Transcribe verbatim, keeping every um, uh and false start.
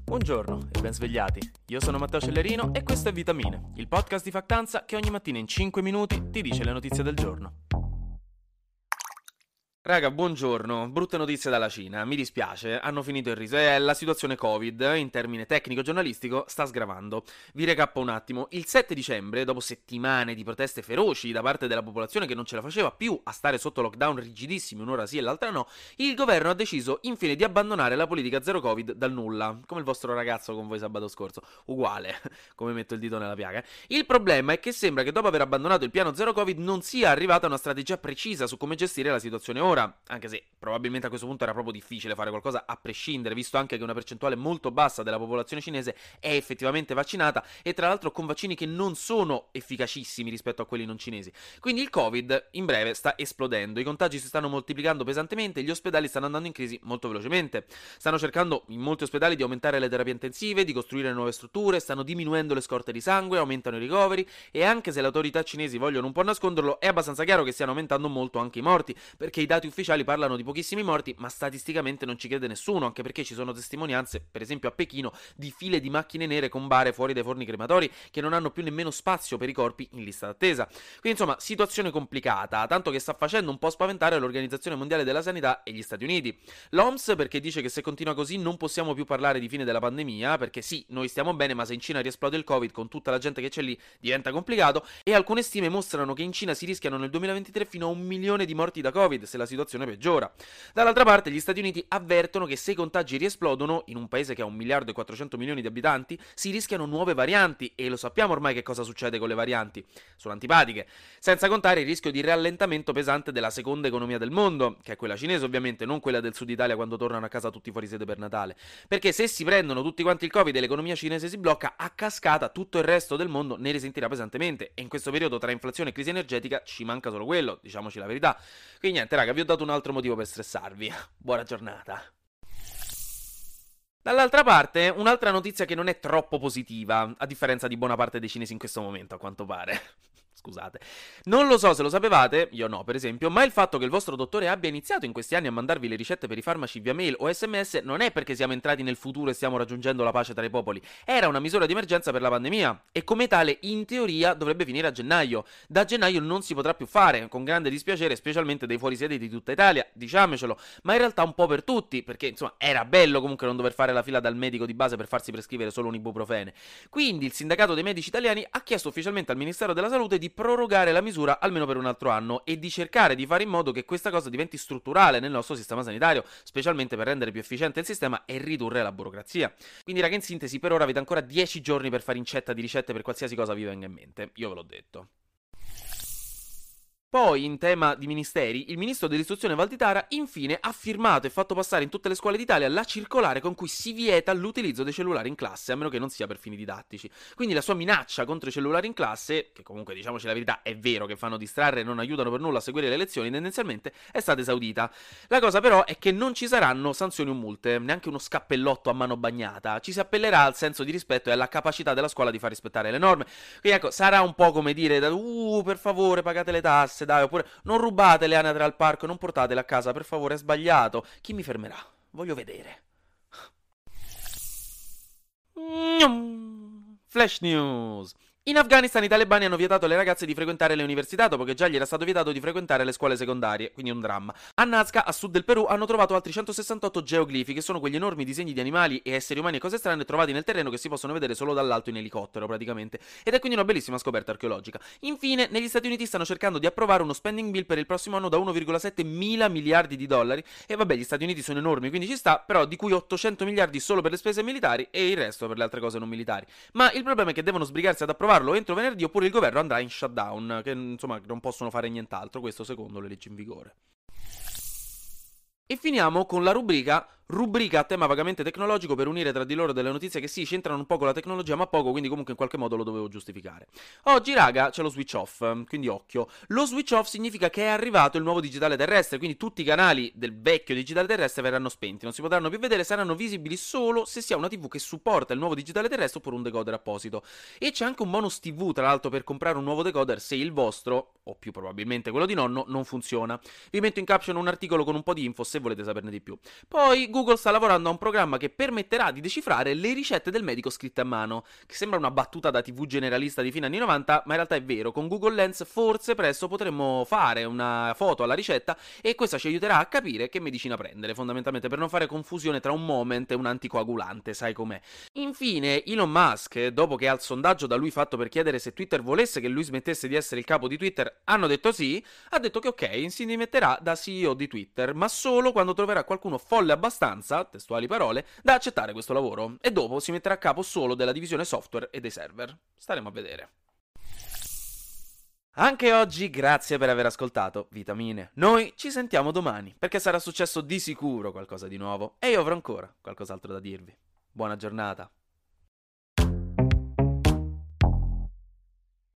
Buongiorno e ben svegliati. Io sono Matteo Cellerino e questo è Vitamine, il podcast di Factanza che ogni mattina in cinque minuti ti dice le notizie del giorno. Raga, buongiorno. Brutte notizie dalla Cina. Mi dispiace, hanno finito il riso e la situazione Covid, in termine tecnico-giornalistico, sta sgravando. Vi recappo un attimo. Il sette dicembre, dopo settimane di proteste feroci da parte della popolazione che non ce la faceva più a stare sotto lockdown rigidissimi, un'ora sì e l'altra no, il governo ha deciso infine di abbandonare la politica zero Covid dal nulla. Come il vostro ragazzo con voi sabato scorso. Uguale, come metto il dito nella piaga. Il problema è che sembra che dopo aver abbandonato il piano zero Covid non sia arrivata una strategia precisa su come gestire la situazione ora. Anche se probabilmente a questo punto era proprio difficile fare qualcosa a prescindere, visto anche che una percentuale molto bassa della popolazione cinese è effettivamente vaccinata e tra l'altro con vaccini che non sono efficacissimi rispetto a quelli non cinesi. Quindi il Covid in breve sta esplodendo, i contagi si stanno moltiplicando pesantemente, gli ospedali stanno andando in crisi molto velocemente. Stanno cercando in molti ospedali di aumentare le terapie intensive, di costruire nuove strutture, stanno diminuendo le scorte di sangue, aumentano i ricoveri e anche se le autorità cinesi vogliono un po' nasconderlo, è abbastanza chiaro che stiano aumentando molto anche i morti, perché i dati ufficiali parlano di pochissimi morti, ma statisticamente non ci crede nessuno, anche perché ci sono testimonianze, per esempio a Pechino, di file di macchine nere con bare fuori dai forni crematori che non hanno più nemmeno spazio per i corpi in lista d'attesa. Quindi insomma, situazione complicata, tanto che sta facendo un po' spaventare l'Organizzazione Mondiale della Sanità e gli Stati Uniti. L'O M S perché dice che se continua così non possiamo più parlare di fine della pandemia, perché sì, noi stiamo bene, ma se in Cina riesplode il Covid con tutta la gente che c'è lì diventa complicato, e alcune stime mostrano che in Cina si rischiano nel duemilaventitré fino a un milione di morti da Covid se la situazione peggiora. Dall'altra parte gli Stati Uniti avvertono che se i contagi riesplodono in un paese che ha un miliardo e quattrocento milioni di abitanti si rischiano nuove varianti e lo sappiamo ormai che cosa succede con le varianti, sono antipatiche, senza contare il rischio di rallentamento pesante della seconda economia del mondo, che è quella cinese ovviamente, non quella del sud Italia quando tornano a casa tutti fuori sede per Natale, perché se si prendono tutti quanti il Covid e l'economia cinese si blocca, a cascata tutto il resto del mondo ne risentirà pesantemente e in questo periodo tra inflazione e crisi energetica ci manca solo quello, diciamoci la verità. Quindi niente raga, vi ho dato un altro motivo per stressarvi. Buona giornata. Dall'altra parte, un'altra notizia che non è troppo positiva, a differenza di buona parte dei cinesi in questo momento, a quanto pare. Scusate. Non lo so se lo sapevate, io no per esempio, ma il fatto che il vostro dottore abbia iniziato in questi anni a mandarvi le ricette per i farmaci via mail o sms non è perché siamo entrati nel futuro e stiamo raggiungendo la pace tra i popoli, era una misura di emergenza per la pandemia e come tale in teoria dovrebbe finire a gennaio. Da gennaio non si potrà più fare, con grande dispiacere specialmente dei fuorisede di tutta Italia, diciamocelo, ma in realtà un po' per tutti, perché insomma era bello comunque non dover fare la fila dal medico di base per farsi prescrivere solo un ibuprofene. Quindi il sindacato dei medici italiani ha chiesto ufficialmente al Ministero della Salute di prorogare la misura almeno per un altro anno e di cercare di fare in modo che questa cosa diventi strutturale nel nostro sistema sanitario, specialmente per rendere più efficiente il sistema e ridurre la burocrazia. Quindi raga, in sintesi, per ora avete ancora dieci giorni per fare incetta di ricette per qualsiasi cosa vi venga in mente, io ve l'ho detto. Poi, in tema di ministeri, il ministro dell'istruzione Valditara infine ha firmato e fatto passare in tutte le scuole d'Italia la circolare con cui si vieta l'utilizzo dei cellulari in classe, a meno che non sia per fini didattici. Quindi la sua minaccia contro i cellulari in classe, che comunque diciamoci la verità è vero che fanno distrarre e non aiutano per nulla a seguire le lezioni, tendenzialmente è stata esaudita. La cosa però è che non ci saranno sanzioni o multe, neanche uno scappellotto a mano bagnata, ci si appellerà al senso di rispetto e alla capacità della scuola di far rispettare le norme. Quindi ecco, sarà un po' come dire, uh, per favore pagate le tasse, dai, oppure non rubate le anatre al parco, non portatele a casa, per favore, è sbagliato. Chi mi fermerà? Voglio vedere. Flash News. In Afghanistan i talebani hanno vietato alle ragazze di frequentare le università dopo che già gli era stato vietato di frequentare le scuole secondarie, quindi un dramma. A Nazca, a sud del Perù, hanno trovato altri centosessantotto geoglifi, che sono quegli enormi disegni di animali e esseri umani e cose strane trovati nel terreno che si possono vedere solo dall'alto in elicottero, praticamente. Ed è quindi una bellissima scoperta archeologica. Infine, negli Stati Uniti stanno cercando di approvare uno spending bill per il prossimo anno da uno virgola sette mila miliardi di dollari, e vabbè, gli Stati Uniti sono enormi, quindi ci sta, però di cui ottocento miliardi solo per le spese militari e il resto per le altre cose non militari. Ma il problema è che devono sbrigarsi ad approvarlo entro venerdì oppure il governo andrà in shutdown, che insomma non possono fare nient'altro, questo secondo le leggi in vigore. E finiamo con la rubrica rubrica a tema vagamente tecnologico per unire tra di loro delle notizie che sì, c'entrano un po' con la tecnologia ma poco, quindi comunque in qualche modo lo dovevo giustificare. Oggi raga c'è lo switch off, quindi occhio. Lo switch off significa che è arrivato il nuovo digitale terrestre, quindi tutti i canali del vecchio digitale terrestre verranno spenti, non si potranno più vedere, saranno visibili solo se si ha una tivù che supporta il nuovo digitale terrestre oppure un decoder apposito. E c'è anche un bonus tivù tra l'altro per comprare un nuovo decoder se il vostro, o più probabilmente quello di nonno, non funziona. Vi metto in caption un articolo con un po' di info se volete saperne di più. Poi Google Google sta lavorando a un programma che permetterà di decifrare le ricette del medico scritte a mano, che sembra una battuta da tivù generalista di fine anni novanta, ma in realtà è vero. Con Google Lens forse presto potremmo fare una foto alla ricetta e questa ci aiuterà a capire che medicina prendere, fondamentalmente per non fare confusione tra un Moment e un anticoagulante, sai com'è. Infine, Elon Musk, dopo che al sondaggio da lui fatto per chiedere se Twitter volesse che lui smettesse di essere il capo di Twitter hanno detto sì, ha detto che ok, si dimetterà da C E O di Twitter, ma solo quando troverà qualcuno folle abbastanza, testuali parole, da accettare questo lavoro, e dopo si metterà a capo solo della divisione software e dei server. Staremo a vedere. Anche oggi grazie per aver ascoltato Vitamine. Noi ci sentiamo domani, perché sarà successo di sicuro qualcosa di nuovo e io avrò ancora qualcos'altro da dirvi. Buona giornata.